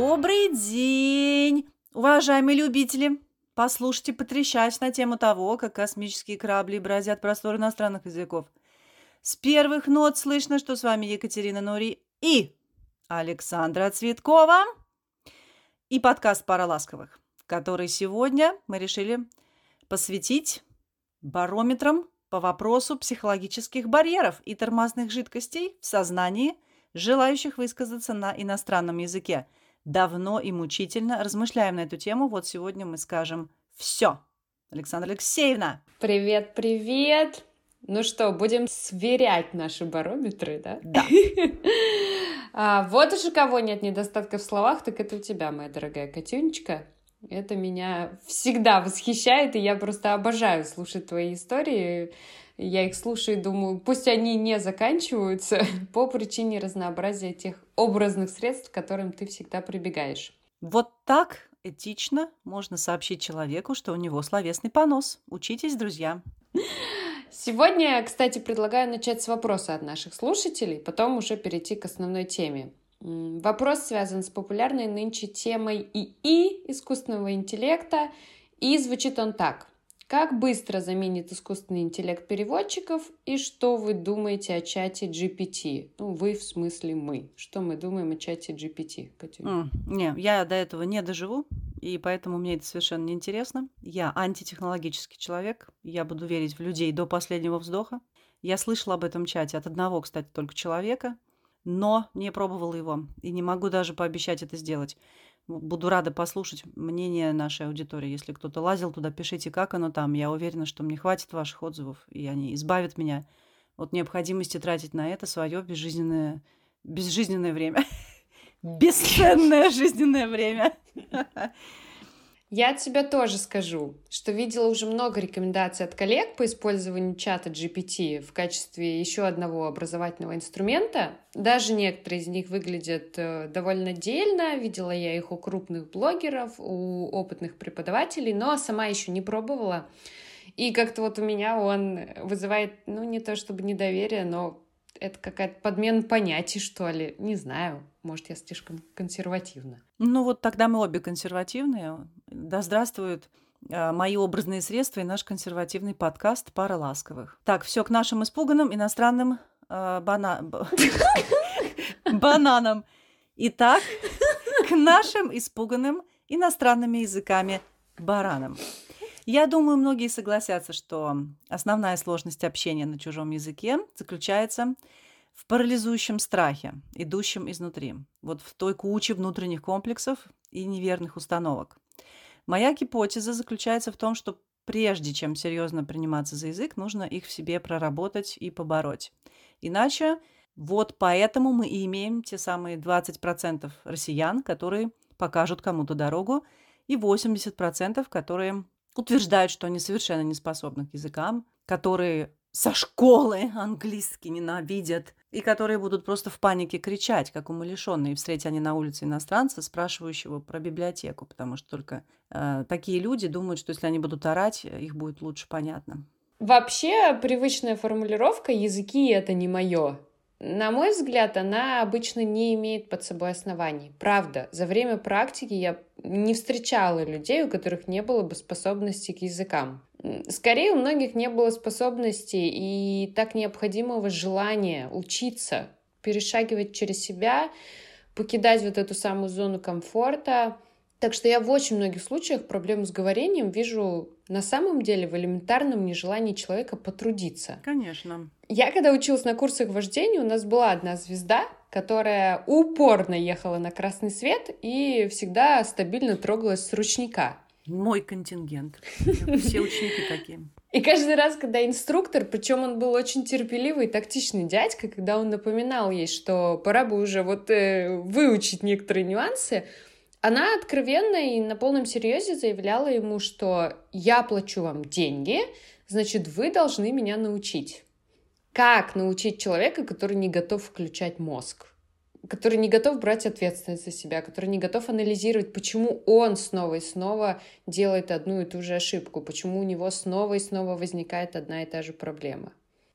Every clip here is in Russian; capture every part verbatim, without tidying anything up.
Добрый день, уважаемые любители! Послушайте, потрещать на тему того, как космические корабли бороздят просторы иностранных языков. С первых нот слышно, что с вами Екатерина Нури и Александра Цветкова. И подкаст «Пара ласковых», который сегодня мы решили посвятить барометрам по вопросу психологических барьеров и тормозных жидкостей в сознании желающих высказаться на иностранном языке. Давно и мучительно размышляем на эту тему. Вот сегодня мы скажем все. Александра Алексеевна. Привет, привет. Ну что, будем сверять наши барометры, да? Да. а, вот уж у кого нет недостатка в словах, так это у тебя, моя дорогая Катюнечка. Это меня всегда восхищает, и я просто обожаю слушать твои истории. Я их слушаю и думаю, пусть они не заканчиваются по причине разнообразия тех образных средств, к которым ты всегда прибегаешь. Вот так этично можно сообщить человеку, что у него словесный понос. Учитесь, друзья. Сегодня, кстати, предлагаю начать с вопроса от наших слушателей, потом уже перейти к основной теме. Вопрос связан с популярной нынче темой ИИ, искусственного интеллекта, и звучит он так. Как быстро заменит искусственный интеллект переводчиков, и что вы думаете о чате джи пи ти? Ну, вы в смысле мы. Что мы думаем о чате джи пи ти, Катюня? Mm, не, я до этого не доживу, и поэтому мне это совершенно неинтересно. Я антитехнологический человек, я буду верить в людей до последнего вздоха. Я слышала об этом чате от одного, кстати, только человека, но не пробовала его, и не могу даже пообещать это сделать. Буду рада послушать мнение нашей аудитории. Если кто-то лазил туда, пишите, как оно там. Я уверена, что мне хватит ваших отзывов, и они избавят меня от необходимости тратить на это свое безжизненное, безжизненное время. Бесценное жизненное время. Я тебе тоже скажу, что видела уже много рекомендаций от коллег по использованию чата джи пи ти в качестве еще одного образовательного инструмента. Даже некоторые из них выглядят довольно дельно. Видела я их у крупных блогеров, у опытных преподавателей, но сама еще не пробовала. И как-то вот у меня он вызывает, ну, не то чтобы недоверие, но это какая-то подмена понятий, что ли. Не знаю, может, я слишком консервативна. Ну вот тогда мы обе консервативные. Да здравствуют э, мои образные средства и наш консервативный подкаст «Пара ласковых». Так, все к нашим испуганным иностранным э, бана... бананам. Итак, к нашим испуганным иностранными языками баранам. Я думаю, многие согласятся, что основная сложность общения на чужом языке заключается в парализующем страхе, идущем изнутри. Вот в той куче внутренних комплексов и неверных установок. Моя гипотеза заключается в том, что прежде чем серьезно приниматься за язык, нужно их в себе проработать и побороть. Иначе вот поэтому мы и имеем те самые двадцать процентов россиян, которые покажут кому-то дорогу, и восемьдесят процентов, которые утверждают, что они совершенно не способны к языкам, которые со школы английский ненавидят, и которые будут просто в панике кричать, как умалишенные, встретят они на улице иностранца, спрашивающего про библиотеку, потому что только э, такие люди думают, что если они будут орать, их будет лучше понятно. Вообще, привычная формулировка «языки — это не мое». На мой взгляд, она обычно не имеет под собой оснований. Правда, за время практики я не встречала людей, у которых не было бы способности к языкам. Скорее, у многих не было способности и так необходимого желания учиться, перешагивать через себя, покидать вот эту самую зону комфорта. Так что я в очень многих случаях проблему с говорением вижу на самом деле в элементарном нежелании человека потрудиться. Конечно. Я когда училась на курсах вождения, у нас была одна звезда, которая упорно ехала на красный свет и всегда стабильно трогалась с ручника. Мой контингент. Все ученики такие. И каждый раз, когда инструктор, причем он был очень терпеливый и тактичный дядька, когда он напоминал ей, что пора бы уже вот э, выучить некоторые нюансы, она откровенно и на полном серьезе заявляла ему, что я плачу вам деньги, значит, вы должны меня научить. Как научить человека, который не готов включать мозг, который не готов брать ответственность за себя, который не готов анализировать, почему он снова и снова делает одну и ту же ошибку, почему у него снова и снова возникает одна и та же проблема.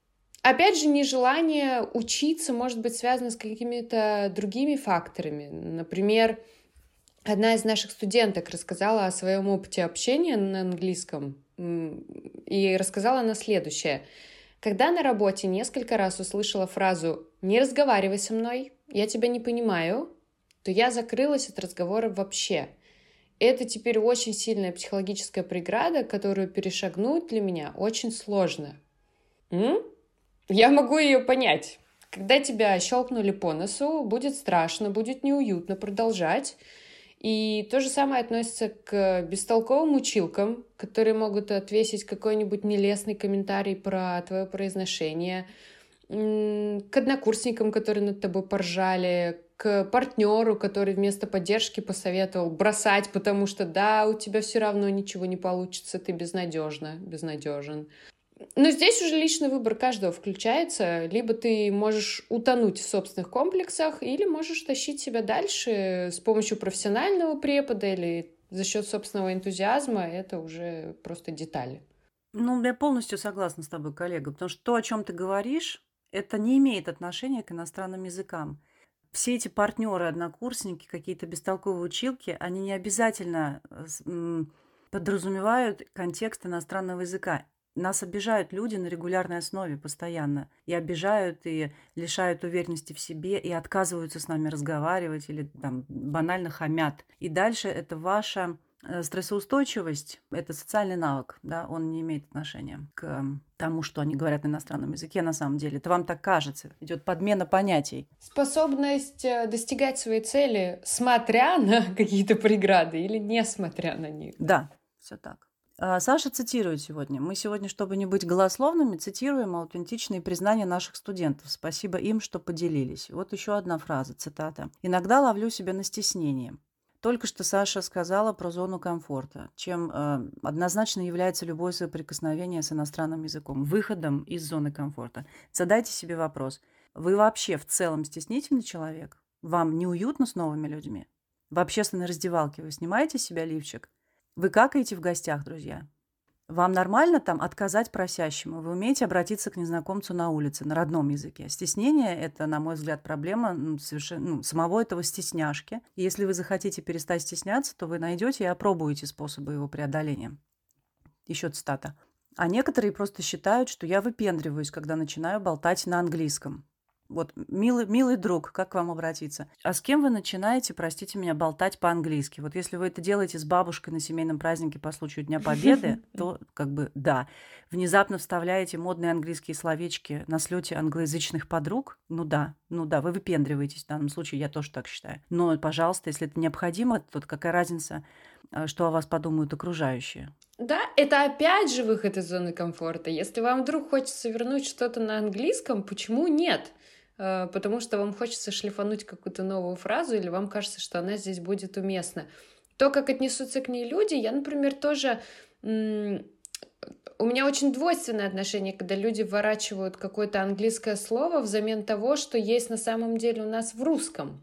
Опять же, нежелание учиться может быть связано с какими-то другими факторами. Например, Одна из наших студенток рассказала о своем опыте общения на английском, и рассказала она следующее. Когда на работе несколько раз услышала фразу «не разговаривай со мной, я тебя не понимаю», то я закрылась от разговора вообще. Это теперь очень сильная психологическая преграда, которую перешагнуть для меня очень сложно. М? Я могу ее понять. Когда тебя щелкнули по носу, будет страшно, будет неуютно продолжать. И то же самое относится к бестолковым училкам, которые могут отвесить какой-нибудь нелестный комментарий про твое произношение, к однокурсникам, которые над тобой поржали, к партнеру, который вместо поддержки посоветовал бросать, потому что да, у тебя все равно ничего не получится, ты безнадежна, безнадежен. Но здесь уже личный выбор каждого включается. Либо ты можешь утонуть в собственных комплексах, или можешь тащить себя дальше с помощью профессионального препода или за счет собственного энтузиазма. Это уже просто детали. Ну, я полностью согласна с тобой, коллега, потому что то, о чем ты говоришь, это не имеет отношения к иностранным языкам. Все эти партнеры, однокурсники, какие-то бестолковые училки, они не обязательно подразумевают контекст иностранного языка. Нас обижают люди на регулярной основе постоянно. И обижают, и лишают уверенности в себе, и отказываются с нами разговаривать, или там банально хамят. И дальше это ваша стрессоустойчивость, это социальный навык, да, он не имеет отношения к тому, что они говорят на иностранном языке на самом деле. Это вам так кажется. Идет подмена понятий. Способность достигать своей цели, смотря на какие-то преграды или несмотря на них. Да, все так. Саша цитирует сегодня. Мы сегодня, чтобы не быть голословными, цитируем аутентичные признания наших студентов. Спасибо им, что поделились. Вот еще одна фраза, цитата. «Иногда ловлю себя на стеснении». Только что Саша сказала про зону комфорта, чем э, однозначно является любое соприкосновение с иностранным языком, выходом из зоны комфорта. Задайте себе вопрос. Вы вообще в целом стеснительный человек? Вам неуютно с новыми людьми? В общественной раздевалке вы снимаете с себя лифчик? Вы какаете в гостях, друзья? Вам нормально там отказать просящему? Вы умеете обратиться к незнакомцу на улице на родном языке? Стеснение – это, на мой взгляд, проблема ну, совершенно, ну, самого этого стесняшки. И если вы захотите перестать стесняться, то вы найдете и опробуете способы его преодоления. Еще цитата. А некоторые просто считают, что я выпендриваюсь, когда начинаю болтать на английском. Вот, милый, милый друг, как к вам обратиться? А с кем вы начинаете, простите меня, болтать по-английски? Вот если вы это делаете с бабушкой на семейном празднике по случаю Дня Победы, то как бы да. Внезапно вставляете модные английские словечки на слете англоязычных подруг, ну да, ну да, вы выпендриваетесь в данном случае, я тоже так считаю. Но, пожалуйста, если это необходимо, то какая разница, что о вас подумают окружающие? Да, это опять же выход из зоны комфорта. Если вам вдруг хочется вернуть что-то на английском, почему нет? Потому что вам хочется шлифануть какую-то новую фразу, или вам кажется, что она здесь будет уместна. То, как отнесутся к ней люди, я, например, тоже... М- у меня очень двойственное отношение, когда люди вворачивают какое-то английское слово взамен того, что есть на самом деле у нас в русском.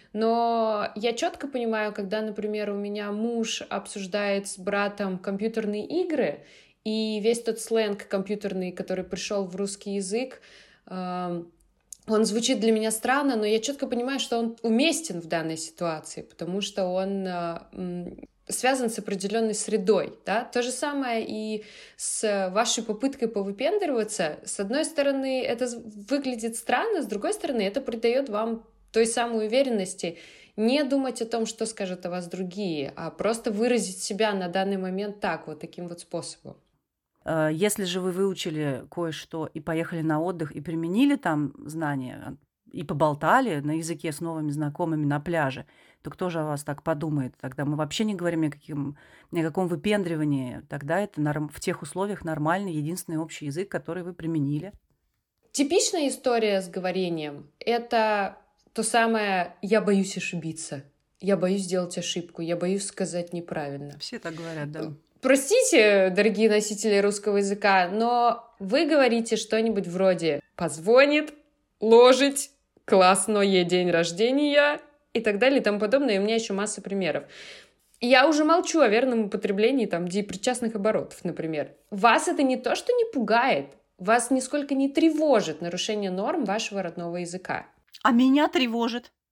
Но я четко понимаю, когда, например, у меня муж обсуждает с братом компьютерные игры, и весь тот сленг компьютерный, который пришел в русский язык, э- он звучит для меня странно, но я четко понимаю, что он уместен в данной ситуации, потому что он э, связан с определенной средой. Да? То же самое и с вашей попыткой повыпендриваться. С одной стороны, это выглядит странно, с другой стороны, это придает вам той самой уверенности не думать о том, что скажут о вас другие, а просто выразить себя на данный момент так, вот таким вот способом. Если же вы выучили кое-что и поехали на отдых и применили там знания, и поболтали на языке с новыми знакомыми на пляже, то кто же о вас так подумает? Тогда мы вообще не говорим ни о, каким, ни о каком выпендривании. Тогда это норм, в тех условиях нормальный, единственный общий язык, который вы применили. Типичная история с говорением – это то самое «я боюсь ошибиться», «я боюсь сделать ошибку», «я боюсь сказать неправильно». Все так говорят, да. Простите, дорогие носители русского языка, но вы говорите что-нибудь вроде «позвонит», «ложить», «классное день рождения» и так далее и тому подобное. И у меня еще масса примеров. И я уже молчу о верном употреблении там депричастных оборотов, например. Вас это не то, что не пугает, вас нисколько не тревожит нарушение норм вашего родного языка. А меня тревожит.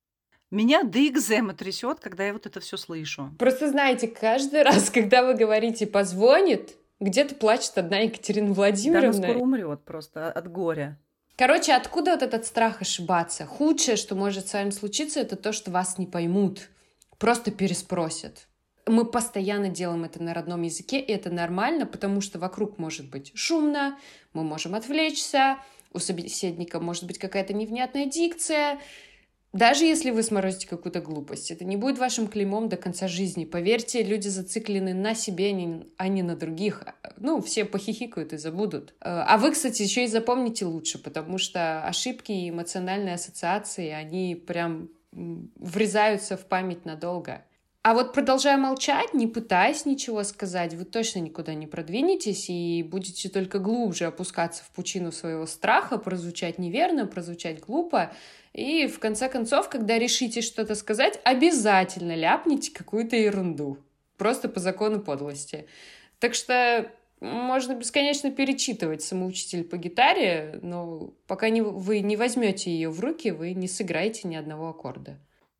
Меня до экзема трясет, когда я вот это все слышу. Просто знаете, каждый раз, когда вы говорите «позвонит», где-то плачет одна Екатерина Да, она Владимировна. скоро умрет просто от горя. Короче, откуда вот этот страх ошибаться? Худшее, что может с вами случиться, это то, что вас не поймут, просто переспросят. Мы постоянно делаем это на родном языке, и это нормально, потому что вокруг может быть шумно, мы можем отвлечься, у собеседника может быть какая-то невнятная дикция. Даже если вы сморозите какую-то глупость, это не будет вашим клеймом до конца жизни. Поверьте, люди зациклены на себе, а не на других. Ну, все похихикают и забудут. А вы, кстати, еще и запомните лучше, потому что ошибки и эмоциональные ассоциации, они прям врезаются в память надолго. А вот продолжая молчать, не пытаясь ничего сказать, вы точно никуда не продвинетесь и будете только глубже опускаться в пучину своего страха, прозвучать неверно, прозвучать глупо. И в конце концов, когда решите что-то сказать, обязательно ляпните какую-то ерунду. Просто по закону подлости. Так что можно бесконечно перечитывать «Самоучитель по гитаре», но пока не, вы не возьмете ее в руки, вы не сыграете ни одного аккорда.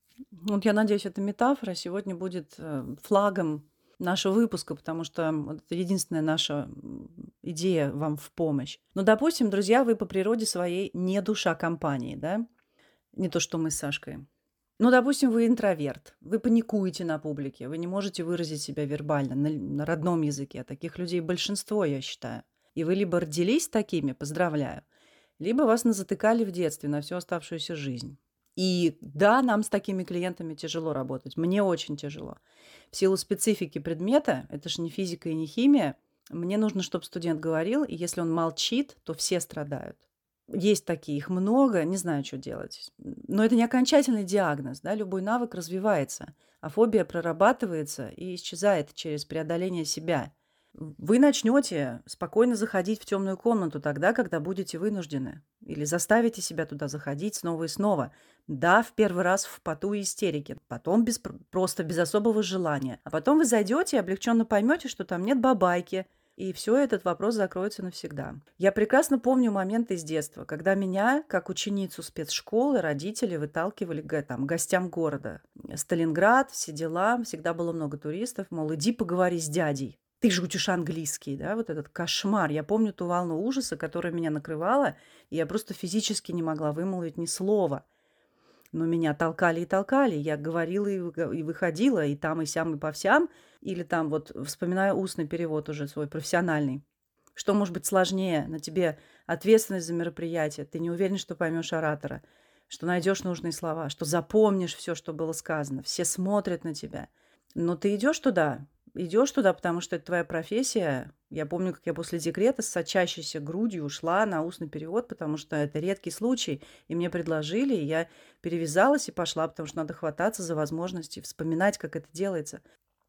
Вот я надеюсь, эта метафора сегодня будет флагом нашего выпуска, потому что это единственная наша идея вам в помощь. Ну, допустим, друзья, вы по природе своей не душа компании, да? Не то, что мы с Сашкой. Ну, допустим, вы интроверт, вы паникуете на публике, вы не можете выразить себя вербально, на, на родном языке. Таких людей большинство, я считаю. И вы либо родились такими, поздравляю, либо вас назатыкали в детстве на всю оставшуюся жизнь. И да, нам с такими клиентами тяжело работать. Мне очень тяжело. В силу специфики предмета, это же не физика и не химия, мне нужно, чтобы студент говорил, и если он молчит, то все страдают. Есть такие, их много, не знаю, что делать. Но это не окончательный диагноз, да? Любой навык развивается, а фобия прорабатывается и исчезает через преодоление себя. Вы начнете спокойно заходить в темную комнату тогда, когда будете вынуждены. Или заставите себя туда заходить снова и снова. Да, в первый раз в поту и истерике. Потом без, просто без особого желания. А потом вы зайдете и облегченно поймете, что там нет бабайки. И все, этот вопрос закроется навсегда. Я прекрасно помню моменты из детства, когда меня, как ученицу спецшколы, родители выталкивали к там, гостям города. Сталинград, все дела, всегда было много туристов. Мол, иди поговори с дядей. Ты же учишь английский, да, вот этот кошмар. Я помню ту волну ужаса, которая меня накрывала, и я просто физически не могла вымолвить ни слова. Но меня толкали и толкали, я говорила и выходила, и там, и сям, и по всям. Или там вот, вспоминаю устный перевод уже свой, профессиональный. Что может быть сложнее? На тебе ответственность за мероприятие, ты не уверен, что поймешь оратора, что найдешь нужные слова, что запомнишь все, что было сказано, все смотрят на тебя. Но ты идешь туда, идешь туда, потому что это твоя профессия. Я помню, как я после декрета с сочащейся грудью ушла на устный перевод, потому что это редкий случай, и мне предложили, и я перевязалась и пошла, потому что надо хвататься за возможности, вспоминать, как это делается.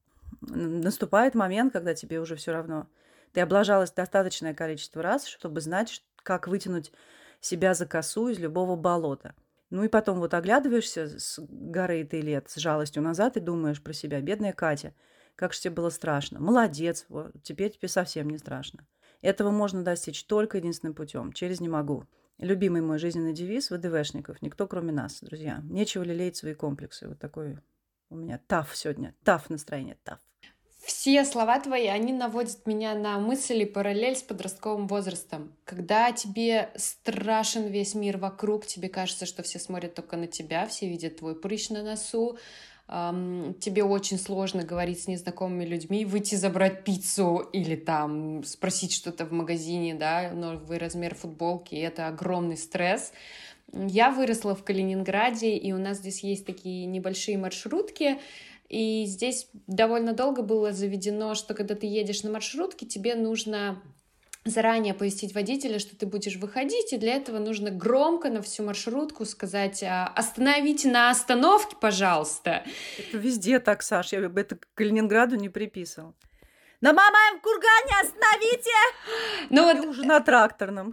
Наступает момент, когда тебе уже все равно. Ты облажалась достаточное количество раз, чтобы знать, как вытянуть себя за косу из любого болота. Ну и потом вот оглядываешься с горы ты лет, с жалостью назад и думаешь про себя, бедная Катя, как же тебе было страшно. Молодец, вот, теперь тебе совсем не страшно. Этого можно достичь только единственным путем, через «не могу». Любимый мой жизненный девиз ВДВшников, никто кроме нас, друзья. Нечего лелеять свои комплексы. Вот такой у меня таф сегодня, таф настроение, таф. Все слова твои, они наводят меня на мысль и параллель с подростковым возрастом. Когда тебе страшен весь мир вокруг, тебе кажется, что все смотрят только на тебя, все видят твой прыщ на носу, эм, тебе очень сложно говорить с незнакомыми людьми, выйти забрать пиццу или там спросить что-то в магазине, да, новый размер футболки, и это огромный стресс. Я выросла в Калининграде, и у нас здесь есть такие небольшие маршрутки, и здесь довольно долго было заведено, что когда ты едешь на маршрутке, тебе нужно заранее оповестить водителя, что ты будешь выходить, и для этого нужно громко на всю маршрутку сказать: «Остановите на остановке, пожалуйста». Это везде так, Саш, я бы это к Калининграду не приписывал. На Мамаевом кургане остановите! Ну вот уже на тракторном.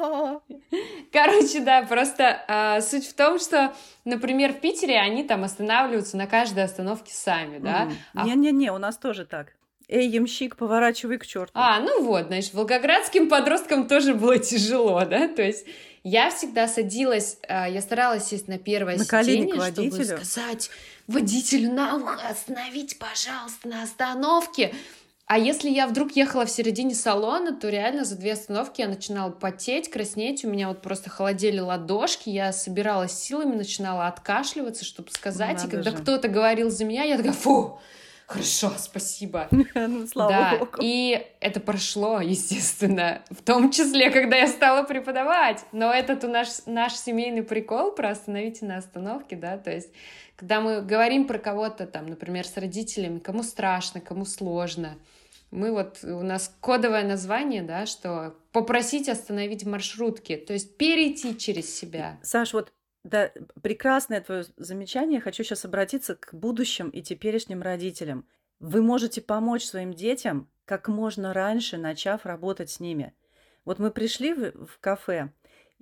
Короче, да, просто а, суть в том, что, например, в Питере они там останавливаются на каждой остановке сами, да? Не-не-не, mm. а... у нас тоже так. Эй, ямщик, поворачивай к черту. А, ну вот, значит, волгоградским подросткам тоже было тяжело, да? То есть я всегда садилась, я старалась сесть на первое на сиденье, чтобы сказать водителю на ухо: остановите, пожалуйста, на остановке. А если я вдруг ехала в середине салона, то реально за две остановки я начинала потеть, краснеть, у меня вот просто холодели ладошки, я собиралась силами, начинала откашливаться, чтобы сказать, Надо и когда же. Кто-то говорил за меня, я такая: фу, хорошо, спасибо. Ну, слава да, богу. И это прошло, естественно, в том числе, когда я стала преподавать. Но этот у нас наш семейный прикол про остановите на остановке, да, то есть когда мы говорим про кого-то там, например, с родителями, кому страшно, кому сложно, мы вот, у нас кодовое название, да, что попросить остановить маршрутки, то есть перейти через себя. Саш, вот да, прекрасное твое замечание. Хочу сейчас обратиться к будущим и теперешним родителям. Вы можете помочь своим детям как можно раньше, начав работать с ними. Вот мы пришли в, в кафе,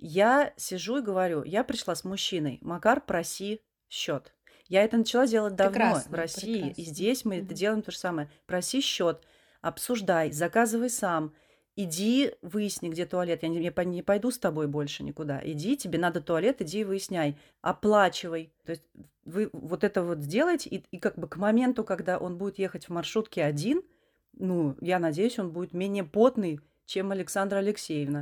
я сижу и говорю, я пришла с мужчиной, Макар, проси счет. Я это начала делать давно прекрасно, в России, прекрасно. И здесь мы mm-hmm. это делаем то же самое. Проси счет, обсуждай, заказывай сам. Иди выясни, где туалет. Я не, я не пойду с тобой больше никуда. Иди, тебе надо туалет, иди выясняй. Оплачивай. То есть вы вот это вот сделайте, и, и как бы к моменту, когда он будет ехать в маршрутке один, ну, я надеюсь, он будет менее потный, чем Александра Алексеевна.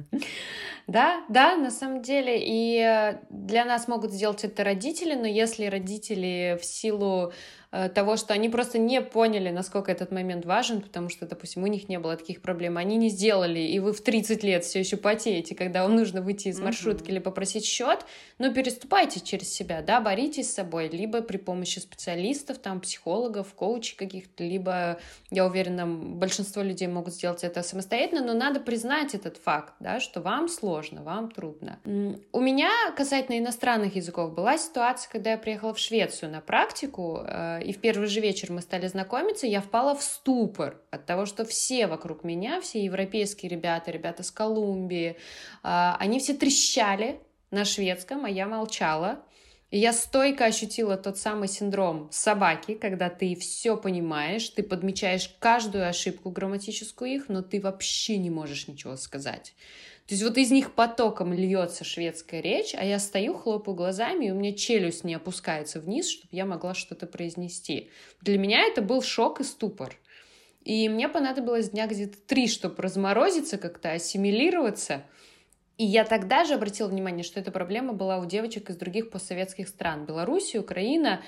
Да, да, на самом деле. И для нас могут сделать это родители, но если родители в силу того, что они просто не поняли, насколько этот момент важен, потому что, допустим, у них не было таких проблем, они не сделали, и вы в тридцать лет все еще потеете, когда вам нужно выйти из маршрутки mm-hmm. или попросить счет, ну, переступайте через себя, да, боритесь с собой, либо при помощи специалистов, там, психологов, коучей каких-то, либо, я уверена, большинство людей могут сделать это самостоятельно, но надо признать этот факт, да, что вам сложно, вам трудно. У меня касательно иностранных языков была ситуация, когда я приехала в Швецию на практику, и в первый же вечер мы стали знакомиться, я впала в ступор от того, что все вокруг меня, все европейские ребята, ребята с Колумбии, они все трещали на шведском, а я молчала. И я стойко ощутила тот самый синдром собаки, когда ты все понимаешь, ты подмечаешь каждую ошибку грамматическую их, но ты вообще не можешь ничего сказать. То есть вот из них потоком льется шведская речь, а я стою, хлопаю глазами, и у меня челюсть не опускается вниз, чтобы я могла что-то произнести. Для меня это был шок и ступор. И мне понадобилось дня где-то три, чтобы разморозиться, как-то ассимилироваться. И я тогда же обратила внимание, что эта проблема была у девочек из других постсоветских стран. Белоруссия, Украина.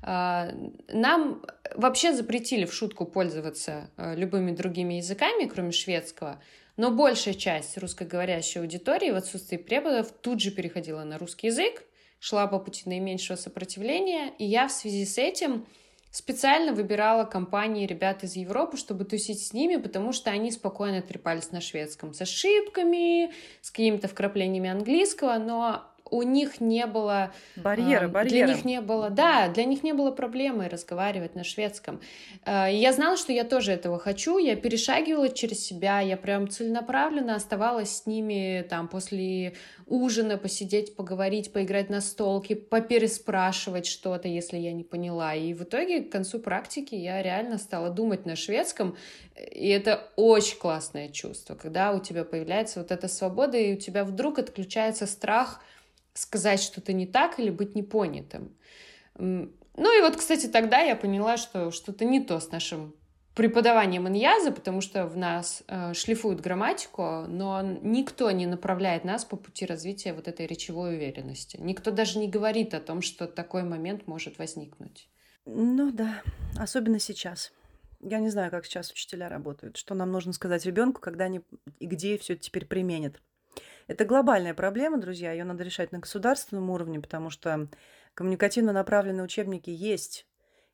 Нам вообще запретили в шутку пользоваться любыми другими языками, кроме шведского. Но большая часть русскоговорящей аудитории в отсутствии преподов тут же переходила на русский язык, шла по пути наименьшего сопротивления. И я в связи с этим специально выбирала компании ребят из Европы, чтобы тусить с ними, потому что они спокойно трепались на шведском с ошибками, с какими-то вкраплениями английского, но у них не было... Барьера, э, барьера. Для них не было, да, для них не было проблемы разговаривать на шведском. Э, и я знала, что я тоже этого хочу, я перешагивала через себя, я прям целенаправленно оставалась с ними там после ужина, посидеть, поговорить, поиграть на столке, попереспрашивать что-то, если я не поняла. И в итоге к концу практики я реально стала думать на шведском, и это очень классное чувство, когда у тебя появляется вот эта свобода, и у тебя вдруг отключается страх сказать что-то не так или быть непонятым. Ну и вот, кстати, тогда я поняла, что что-то не то с нашим преподаванием иньяза, потому что в нас э, шлифуют грамматику, но никто не направляет нас по пути развития вот этой речевой уверенности. Никто даже не говорит о том, что такой момент может возникнуть. Ну да, особенно сейчас. Я не знаю, как сейчас учителя работают, что нам нужно сказать ребенку, когда они и где все это теперь применят. Это глобальная проблема, друзья, ее надо решать на государственном уровне, потому что коммуникативно направленные учебники есть,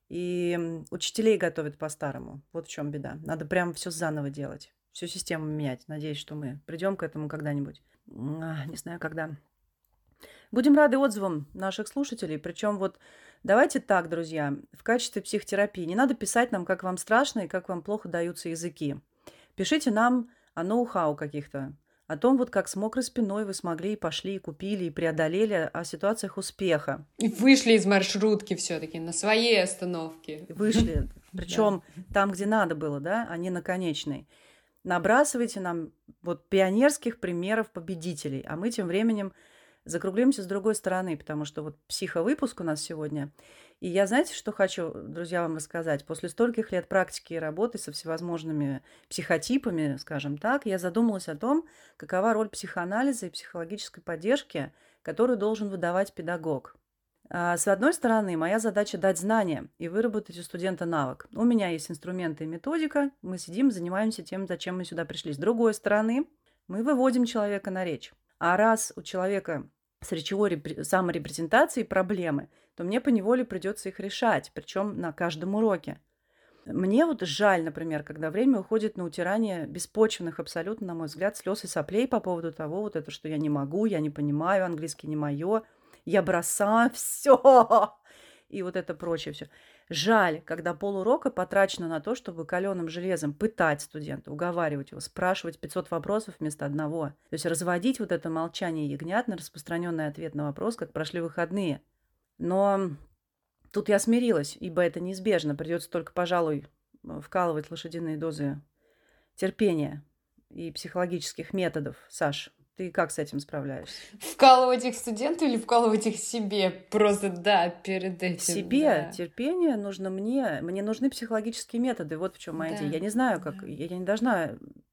и учителей готовят по-старому. Вот в чем беда. Надо прям все заново делать, всю систему менять. Надеюсь, что мы придем к этому когда-нибудь. А, не знаю, когда. Будем рады отзывам наших слушателей. Причем вот давайте так, друзья, в качестве психотерапии не надо писать нам, как вам страшно и как вам плохо даются языки. Пишите нам о ноу-хау каких-то. О том, вот как с мокрой спиной вы смогли и пошли, и купили, и преодолели, о ситуациях успеха. И вышли из маршрутки все-таки на своей остановке. Вышли. Да. Причем там, где надо было, да, а не на конечной. Набрасывайте нам вот пионерских примеров победителей, а мы тем временем закруглимся с другой стороны, потому что вот психовыпуск у нас сегодня. И я, знаете, что хочу, друзья, вам рассказать? После стольких лет практики и работы со всевозможными психотипами, скажем так, я задумалась о том, какова роль психоанализа и психологической поддержки, которую должен выдавать педагог. А, С одной стороны, моя задача дать знания и выработать у студента навык. У меня есть инструменты и методика, мы сидим, занимаемся тем, зачем мы сюда пришли. С другой стороны, мы выводим человека на речь. А раз у человека с речевой репре- саморепрезентацией проблемы, то мне поневоле придется их решать, причем на каждом уроке. Мне вот жаль, например, когда время уходит на утирание беспочвенных абсолютно, на мой взгляд, слез и соплей по поводу того, вот это, что я не могу, я не понимаю, английский не мое, я бросаю все. И вот это прочее все. Жаль, когда полурока потрачено на то, чтобы каленым железом пытать студента, уговаривать его, спрашивать пятьсот вопросов вместо одного. То есть разводить вот это молчание ягнят на распространенный ответ на вопрос, как прошли выходные. Но тут я смирилась, ибо это неизбежно. Придется только, пожалуй, э, вкалывать лошадиные дозы терпения и психологических методов. Саш, ты как с этим справляешься? Вкалывать их студенту или вкалывать их себе? Просто да, перед В этим, себе да. терпение нужно мне. Мне нужны психологические методы. Вот в чем моя идея. Да, Я не знаю, как. да. Я я не должна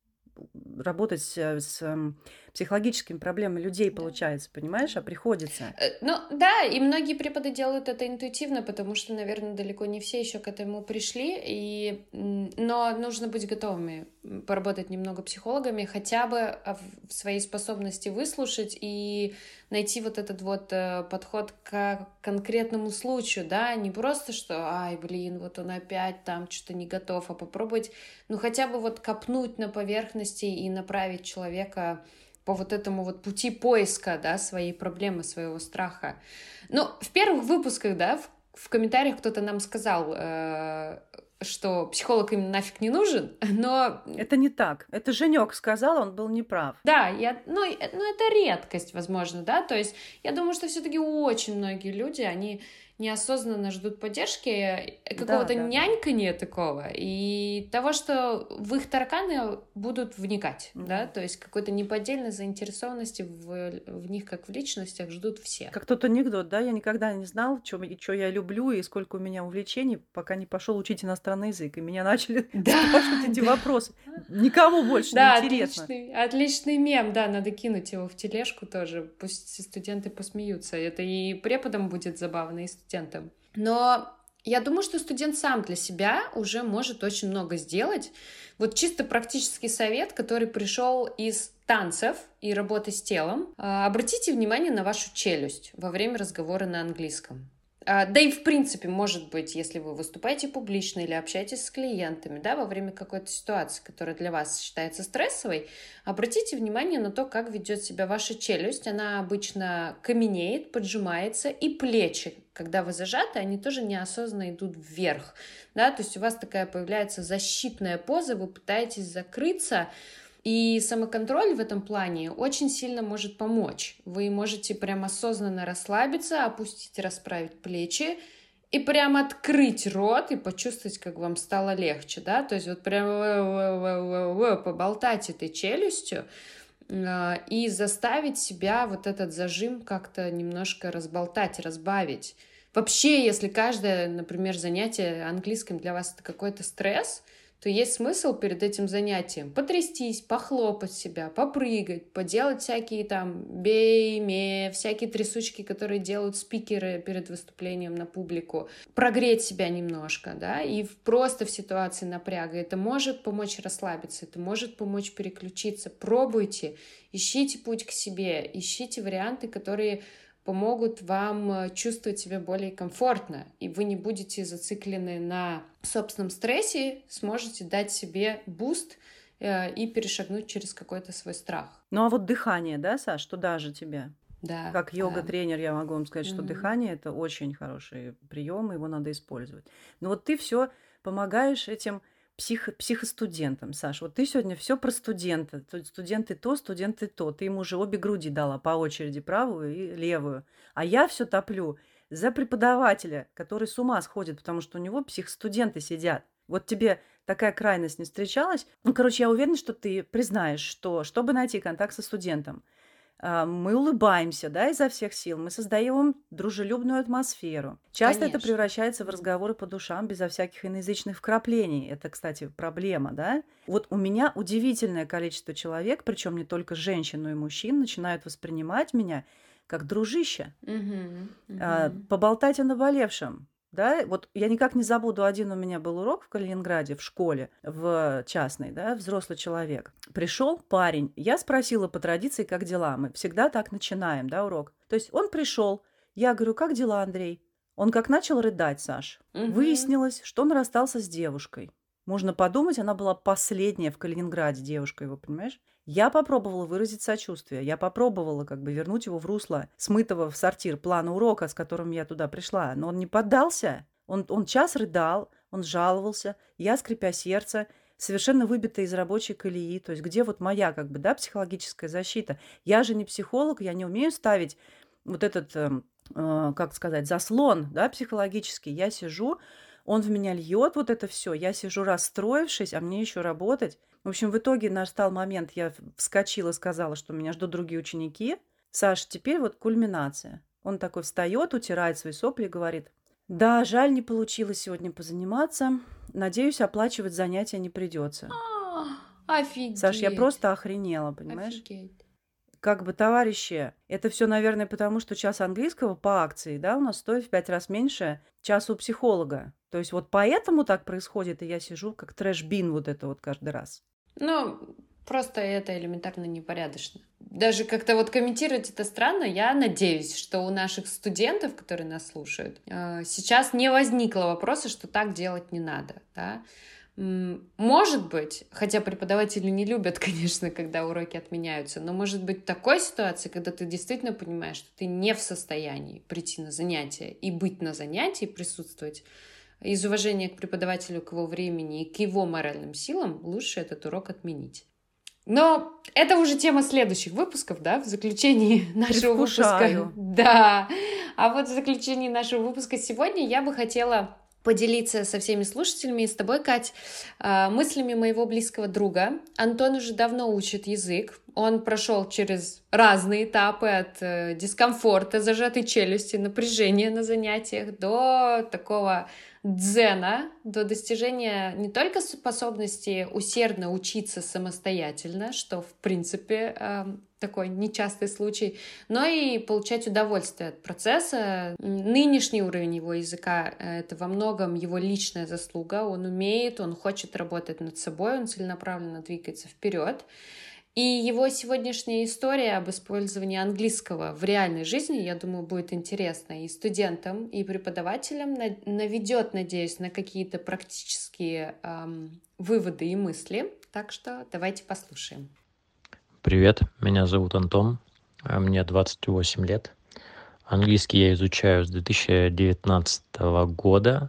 работать с, э, с, эм, психологическими проблемами людей, Да. получается, понимаешь? А приходится. Э, Ну да, и многие преподы делают это интуитивно, потому что, наверное, далеко не все еще к этому пришли, и, м, но нужно быть готовыми м, поработать немного психологами, хотя бы а, в в своей способности выслушать и найти вот этот вот э, подход к конкретному случаю, да, не просто что, ай, блин, вот он опять там что-то не готов, а попробовать, ну хотя бы вот копнуть на поверхности и направить человека по вот этому вот пути поиска, да, своей проблемы, своего страха. Ну, в первых выпусках, да, в, в комментариях кто-то нам сказал, э, что психолог им нафиг не нужен, но Это не так. Это Женек сказал, он был неправ. да, я, ну, э, ну, это редкость, возможно, да, то есть я думаю, что все-таки очень многие люди, они неосознанно ждут поддержки, э, Да, какого-то да, да. няньканья такого, и того, что в их тараканы будут вникать, да, Мгм. то есть какой-то неподдельной заинтересованности в, в них, как в личностях, ждут все. Как тот анекдот, да, я никогда не знал, что я люблю и сколько у меня увлечений, пока не пошел учить иностранный язык. И меня начали Да, спрашивать эти да. вопросы. Никому больше не Да, интересно. отличный, отличный мем, да, надо кинуть его в тележку тоже, пусть студенты посмеются, это и преподам будет забавно, и студентам. Но я думаю, что студент сам для себя уже может очень много сделать. Вот чисто практический совет, который пришел из танцев и работы с телом. А, Обратите внимание на вашу челюсть во время разговора на английском. А, Да и в принципе, может быть, если вы выступаете публично или общаетесь с клиентами, да, во время какой-то ситуации, которая для вас считается стрессовой, обратите внимание на то, как ведет себя ваша челюсть. Она обычно каменеет, поджимается, и плечи, когда вы зажаты, они тоже неосознанно идут вверх, да, то есть у вас такая появляется защитная поза, вы пытаетесь закрыться, и самоконтроль в этом плане очень сильно может помочь. Вы можете прям осознанно расслабиться, опустить, расправить плечи и прям открыть рот и почувствовать, как вам стало легче, да, то есть вот прям поболтать этой челюстью а, и заставить себя вот этот зажим как-то немножко разболтать, разбавить. Вообще, если каждое, например, занятие английским для вас это какой-то стресс, то есть смысл перед этим занятием потрястись, похлопать себя, попрыгать, поделать всякие там бей-ме, всякие трясучки, которые делают спикеры перед выступлением на публику, прогреть себя немножко, да, и в- просто в ситуации напряга. Это может помочь расслабиться, это может помочь переключиться. Пробуйте, ищите путь к себе, ищите варианты, которые помогут вам э, чувствовать себя более комфортно, и вы не будете зациклены на собственном стрессе, сможете дать себе буст э, и перешагнуть через какой-то свой страх. Ну а вот дыхание, да, Саш, туда же тебе. Да, Как да. йога-тренер я могу вам сказать, что Мгм. дыхание это очень хороший прием, его надо использовать. Но вот ты все помогаешь этим психо- психостудентам, Саш. Вот ты сегодня все про студента. Тут студенты то, студенты то. Ты ему уже обе груди дала по очереди, правую и левую. А я все топлю. за преподавателя, который с ума сходит, потому что у него психстуденты сидят. Вот тебе такая крайность не встречалась? Ну, короче, я уверена, что ты признаешь, что чтобы найти контакт со студентом, а, мы улыбаемся, да, изо всех сил, мы создаем дружелюбную атмосферу. Часто это Конечно. превращается в разговоры по душам безо всяких иноязычных вкраплений. Это, кстати, проблема, да? Вот у меня удивительное количество человек, причем не только женщин, но и мужчин, начинают воспринимать меня как дружище, Мгм, а, мгм. поболтать о наболевшем. Да, вот я никак не забуду, один у меня был урок в Калининграде, в школе, в частной, да, взрослый человек. Пришел парень, я спросила по традиции, как дела. Мы всегда так начинаем, да, урок. То есть он пришел, я говорю, как дела, Андрей? Он как начал рыдать, Саш. Мгм. Выяснилось, что он расстался с девушкой. Можно подумать, она была последняя в Калининграде девушка его, понимаешь? Я попробовала выразить сочувствие, я попробовала как бы вернуть его в русло смытого в сортир плана урока, с которым я туда пришла, но он не поддался. Он, он час рыдал, он жаловался, я, скрипя сердце, совершенно выбитая из рабочей колеи, то есть где вот моя как бы, да, психологическая защита. Я же не психолог, я не умею ставить вот этот, эм, э, как сказать, заслон, да, психологический. Я сижу, он в меня льет вот это все, я сижу расстроившись, а мне еще работать. В общем, в итоге настал момент, я вскочила, сказала, что меня ждут другие ученики. Саш, теперь вот кульминация. Он такой встает, утирает свои сопли и говорит, да, жаль, не получилось сегодня позаниматься. Надеюсь, оплачивать занятия не придется. А, Саш, я Офигеть. просто охренела, понимаешь? Офигеть. Как бы, товарищи, это все, наверное, потому, что час английского по акции, да, у нас стоит в пять раз меньше часа у психолога. То есть вот поэтому так происходит, и я сижу как трэш-бин вот это вот каждый раз. Ну, просто это элементарно непорядочно. Даже как-то вот комментировать это странно. Я надеюсь, что у наших студентов, которые нас слушают, э, сейчас не возникло вопроса, что так делать не надо, да. М, Может быть, хотя преподаватели не любят, конечно, когда уроки отменяются, но может быть в такой ситуации, когда ты действительно понимаешь, что ты не в состоянии прийти на занятие и быть на занятии, присутствовать, из уважения к преподавателю, к его времени и к его моральным силам лучше этот урок отменить. Но это уже тема следующих выпусков, да, в заключении нашего выпуска. Предвкушаю. Да, а вот в заключении нашего выпуска сегодня я бы хотела поделиться со всеми слушателями и с тобой, Кать, э, мыслями моего близкого друга. Антон уже давно учит язык. Он прошел через разные этапы от э, дискомфорта, зажатой челюсти, напряжения на занятиях до такого дзена, до достижения не только способности усердно учиться самостоятельно, что в принципе э, такой нечастый случай, но и получать удовольствие от процесса. Нынешний уровень его языка — это во многом его личная заслуга. Он умеет, он хочет работать над собой, он целенаправленно двигается вперед. И его сегодняшняя история об использовании английского в реальной жизни, я думаю, будет интересна и студентам, и преподавателям, наведет, надеюсь, на какие-то практические эм, выводы и мысли. Так что давайте послушаем. Привет, меня зовут Антон, а мне двадцать восемь лет. Английский я изучаю с две тысячи девятнадцатого года,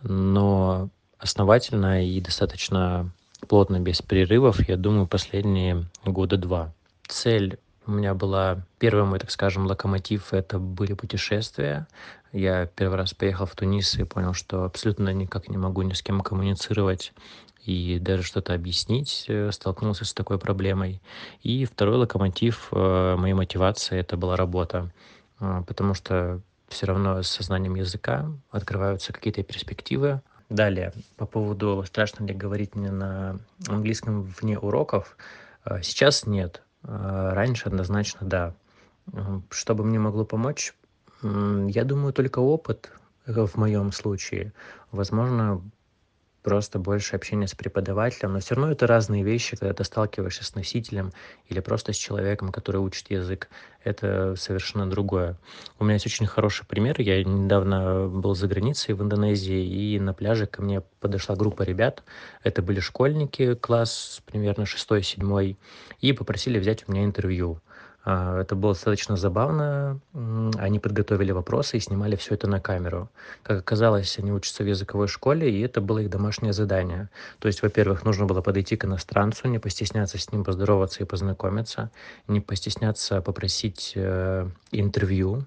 но основательно и достаточно плотно, без перерывов, я думаю, последние года два. Цель у меня была, первый мой, так скажем, локомотив — это были путешествия. Я первый раз поехал в Тунис и понял, что абсолютно никак не могу ни с кем коммуницировать и даже что-то объяснить, э, столкнулся с такой проблемой. И второй локомотив э, моей мотивации — это была работа, э, потому что все равно с сознанием языка открываются какие-то перспективы. Далее, по поводу, страшно ли говорить мне на английском вне уроков, э, сейчас нет. Э, Раньше однозначно да. М, Что бы мне могло помочь? М, Я думаю, только опыт э, в моем случае. Возможно, просто больше общения с преподавателем, но все равно это разные вещи, когда ты сталкиваешься с носителем или просто с человеком, который учит язык. Это совершенно другое. У меня есть очень хороший пример. Я недавно был за границей в Индонезии, и на пляже ко мне подошла группа ребят. Это были школьники, класс примерно шестой-седьмой, и попросили взять у меня интервью. А, Это было достаточно забавно. М, Они подготовили вопросы и снимали все это на камеру. Как оказалось, они учатся в языковой школе, и это было их домашнее задание. То есть, во-первых, нужно было подойти к иностранцу, не постесняться с ним поздороваться и познакомиться, не постесняться попросить э, интервью.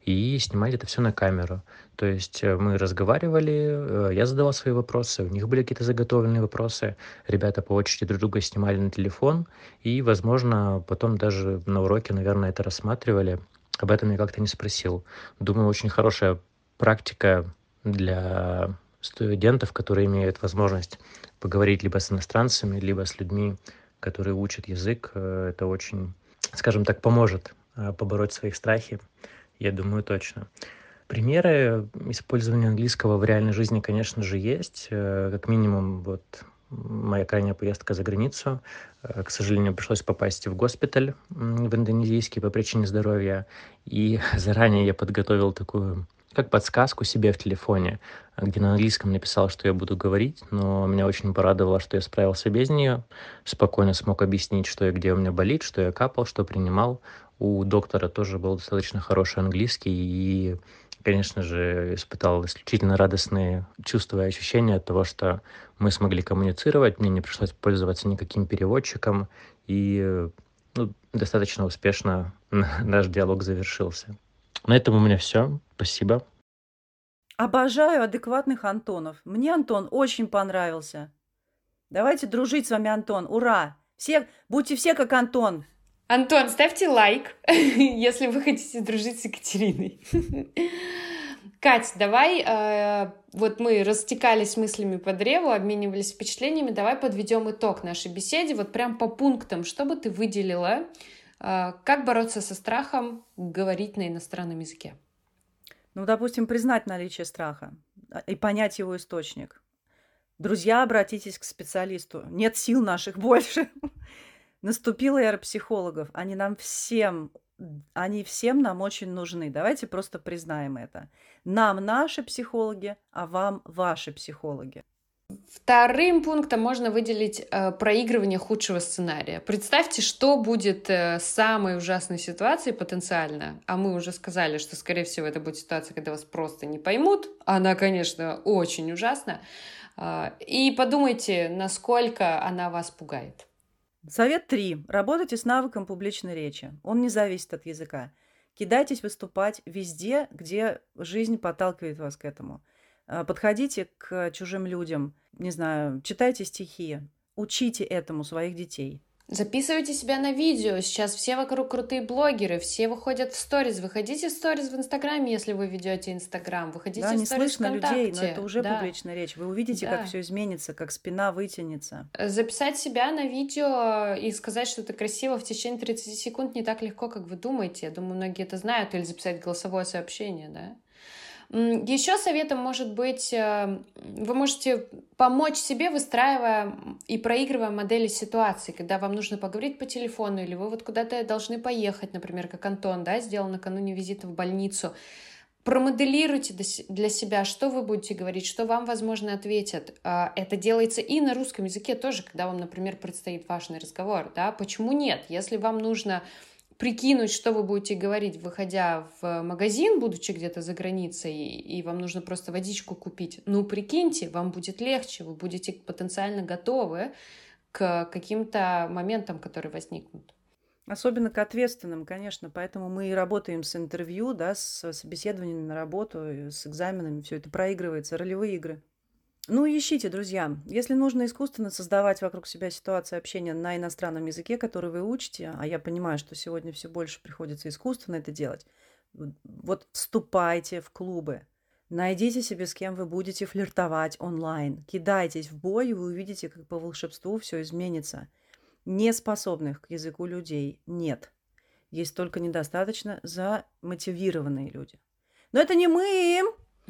и снимали это все на камеру. То есть э, мы разговаривали, э, я задавал свои вопросы, у них были какие-то заготовленные вопросы, ребята по очереди друг друга снимали на телефон, и, возможно, потом даже на уроке, наверное, это рассматривали. Об этом я как-то не спросил. Думаю, очень хорошая практика для студентов, которые имеют возможность поговорить либо с иностранцами, либо с людьми, которые учат язык. Э, Это очень, скажем так, поможет э, побороть свои страхи, я думаю, точно. Примеры использования английского в реальной жизни, конечно же, есть. Э, Как минимум, вот моя крайняя поездка за границу. Э, К сожалению, пришлось попасть в госпиталь м, в индонезийский по причине здоровья. И заранее я подготовил такую, как подсказку себе в телефоне, а, где на английском написал, что я буду говорить, но меня очень порадовало, что я справился без нее, спокойно смог объяснить, что и где у меня болит, что я капал, что принимал. У доктора тоже был достаточно хороший английский, и, конечно же, испытал исключительно радостные чувства и ощущения от того, что мы смогли коммуницировать, мне не пришлось пользоваться никаким переводчиком, и э, ну, достаточно успешно наш диалог завершился. На этом у меня все. Спасибо. Обожаю адекватных Антонов. Мне Антон очень понравился. Давайте дружить с вами, Антон. Ура! Все, будьте все как Антон. Антон, ставьте лайк, если вы хотите дружить с Екатериной. Кать, давай, э, вот мы растекались мыслями по древу, обменивались впечатлениями, давай подведем итог нашей беседе, вот прям по пунктам, что бы ты выделила, э, как бороться со страхом говорить на иностранном языке? Ну, допустим, признать наличие страха а, и понять его источник. Друзья, обратитесь к специалисту. Нет сил наших больше. Наступила эра психологов. Они нам всем, они всем нам очень нужны. Давайте просто признаем это. Нам наши психологи, а вам ваши психологи. Вторым пунктом можно выделить э, проигрывание худшего сценария. Представьте, что будет э, самой ужасной ситуацией потенциально. А мы уже сказали, что, скорее всего, это будет ситуация, когда вас просто не поймут. Она, конечно, очень ужасна. Э, и подумайте, насколько она вас пугает. Совет три. Работайте с навыком публичной речи. Он не зависит от языка. Кидайтесь выступать везде, где жизнь подталкивает вас к этому. А, Подходите к чужим людям, не знаю, читайте стихи, учите этому своих детей. Записывайте себя на видео. Сейчас все вокруг крутые блогеры, все выходят в сторис. Выходите в сторис в Инстаграме, если вы ведете Инстаграм. Выходите Да, в не сторис слышно людей, но ВКонтакте. это уже Да. публичная речь. Вы увидите, как Да. все изменится, как спина вытянется. Записать себя на видео и сказать что-то красиво в течение тридцати секунд не так легко, как вы думаете. Я думаю, многие это знают. Или записать голосовое сообщение, да? М, Еще советом может быть, э, вы можете помочь себе, выстраивая и проигрывая модели ситуаций, когда вам нужно поговорить по телефону, или вы вот куда-то должны поехать, например, как Антон, да, сделал накануне визита в больницу. Промоделируйте до се- для себя, что вы будете говорить, что вам, возможно, ответят. А, Это делается и на русском языке тоже, когда вам, например, предстоит важный разговор, да, почему нет? Если вам нужно прикинуть, что вы будете говорить, выходя в магазин, будучи где-то за границей, и вам нужно просто водичку купить, ну, прикиньте, вам будет легче, вы будете потенциально готовы к каким-то моментам, которые возникнут. Особенно к ответственным, конечно. Поэтому мы и работаем с интервью, да, с собеседованиями на работу, и с экзаменами. Все это проигрывается, ролевые игры. Ну, ищите, друзья. Если нужно искусственно создавать вокруг себя ситуации общения на иностранном языке, который вы учите, а я понимаю, что сегодня все больше приходится искусственно это делать, вот вот вступайте в клубы. Найдите себе, с кем вы будете флиртовать онлайн. Кидайтесь в бой, и вы увидите, как по волшебству все изменится. Неспособных к языку людей нет. Есть только недостаточно замотивированные люди. Но это не мы.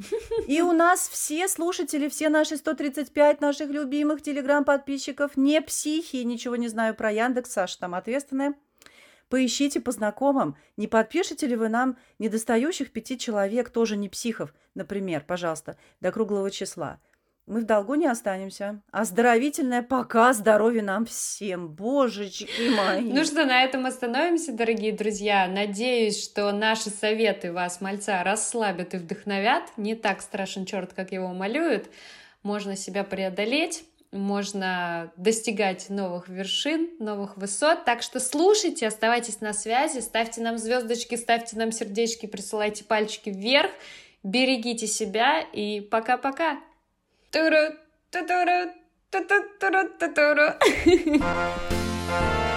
И у нас все слушатели, все наши сто тридцать пять наших любимых телеграм-подписчиков не психи, ничего не знаю про Яндекс, Саша там ответственная. Поищите по знакомым. Не подпишете ли вы нам недостающих пяти человек, тоже не психов, например, пожалуйста, до круглого числа. Мы в долгу не останемся. Оздоровительное пока, здоровья нам всем, божечки мои. Ну что, на этом остановимся, дорогие друзья. Надеюсь, что наши советы вас, мальца, расслабят и вдохновят. Не так страшен черт, как его малюют. Можно себя преодолеть. можно достигать новых вершин, новых высот. Так что слушайте, оставайтесь на связи, ставьте нам звездочки, ставьте нам сердечки, присылайте пальчики вверх, берегите себя и пока-пока. Туру, ту-туру, ту-ту-туру, ту-туру.